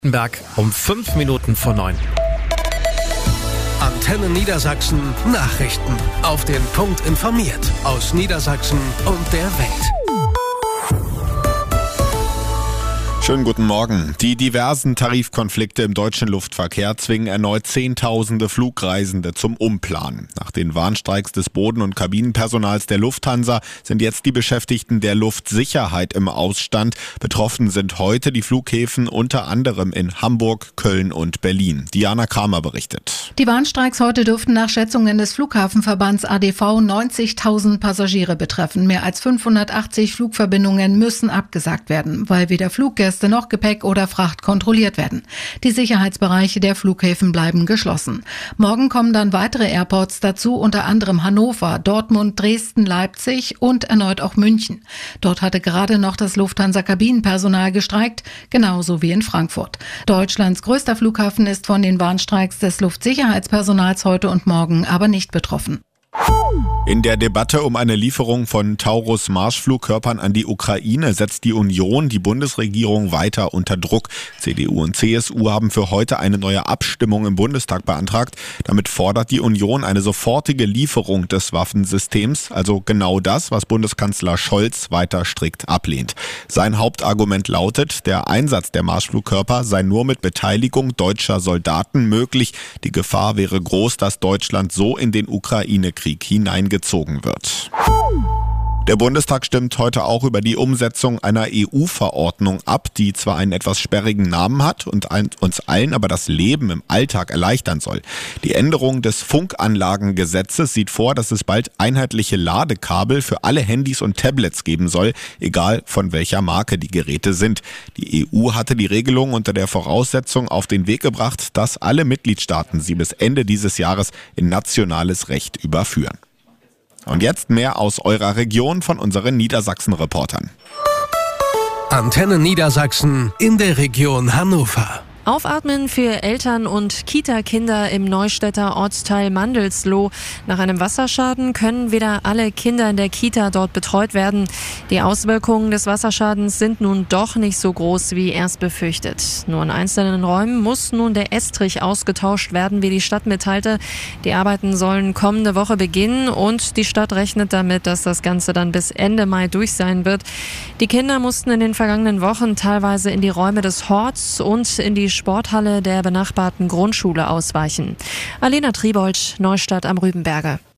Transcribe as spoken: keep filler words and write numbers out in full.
Berg um fünf Minuten vor neun. Antenne Niedersachsen Nachrichten. Auf den Punkt informiert. Aus Niedersachsen und der Welt. Schönen guten Morgen. Die diversen Tarifkonflikte im deutschen Luftverkehr zwingen erneut Zehntausende Flugreisende zum Umplanen. Nach den Warnstreiks des Boden- und Kabinenpersonals der Lufthansa sind jetzt die Beschäftigten der Luftsicherheit im Ausstand. Betroffen sind heute die Flughäfen unter anderem in Hamburg, Köln und Berlin. Diana Kramer berichtet. Die Warnstreiks heute dürften nach Schätzungen des Flughafenverbands A D V neunzigtausend Passagiere betreffen. Mehr als fünfhundertachtzig Flugverbindungen müssen abgesagt werden, weil weder Fluggäste noch Gepäck oder Fracht kontrolliert werden. Die Sicherheitsbereiche der Flughäfen bleiben geschlossen. Morgen kommen dann weitere Airports dazu, unter anderem Hannover, Dortmund, Dresden, Leipzig und erneut auch München. Dort hatte gerade noch das Lufthansa-Kabinenpersonal gestreikt, genauso wie in Frankfurt. Deutschlands größter Flughafen ist von den Warnstreiks des Luftsicherheitspersonals heute und morgen aber nicht betroffen. In der Debatte um eine Lieferung von Taurus-Marschflugkörpern an die Ukraine setzt die Union die Bundesregierung weiter unter Druck. C D U und C S U haben für heute eine neue Abstimmung im Bundestag beantragt. Damit fordert die Union eine sofortige Lieferung des Waffensystems, also genau das, was Bundeskanzler Scholz weiter strikt ablehnt. Sein Hauptargument lautet, der Einsatz der Marschflugkörper sei nur mit Beteiligung deutscher Soldaten möglich. Die Gefahr wäre groß, dass Deutschland so in den Ukraine-Krieg hineingezogen wird. Der Bundestag stimmt heute auch über die Umsetzung einer E U-Verordnung ab, die zwar einen etwas sperrigen Namen hat und uns allen aber das Leben im Alltag erleichtern soll. Die Änderung des Funkanlagengesetzes sieht vor, dass es bald einheitliche Ladekabel für alle Handys und Tablets geben soll, egal von welcher Marke die Geräte sind. Die E U hatte die Regelung unter der Voraussetzung auf den Weg gebracht, dass alle Mitgliedstaaten sie bis Ende dieses Jahres in nationales Recht überführen. Und jetzt mehr aus eurer Region von unseren Niedersachsen-Reportern. Antenne Niedersachsen in der Region Hannover. Aufatmen für Eltern und Kita-Kinder im Neustädter Ortsteil Mandelsloh. Nach einem Wasserschaden können wieder alle Kinder in der Kita dort betreut werden. Die Auswirkungen des Wasserschadens sind nun doch nicht so groß wie erst befürchtet. Nur in einzelnen Räumen muss nun der Estrich ausgetauscht werden, wie die Stadt mitteilte. Die Arbeiten sollen kommende Woche beginnen und die Stadt rechnet damit, dass das Ganze dann bis Ende Mai durch sein wird. Die Kinder mussten in den vergangenen Wochen teilweise in die Räume des Horts und in die Sporthalle der benachbarten Grundschule ausweichen. Alena Triebold, Neustadt am Rübenberge.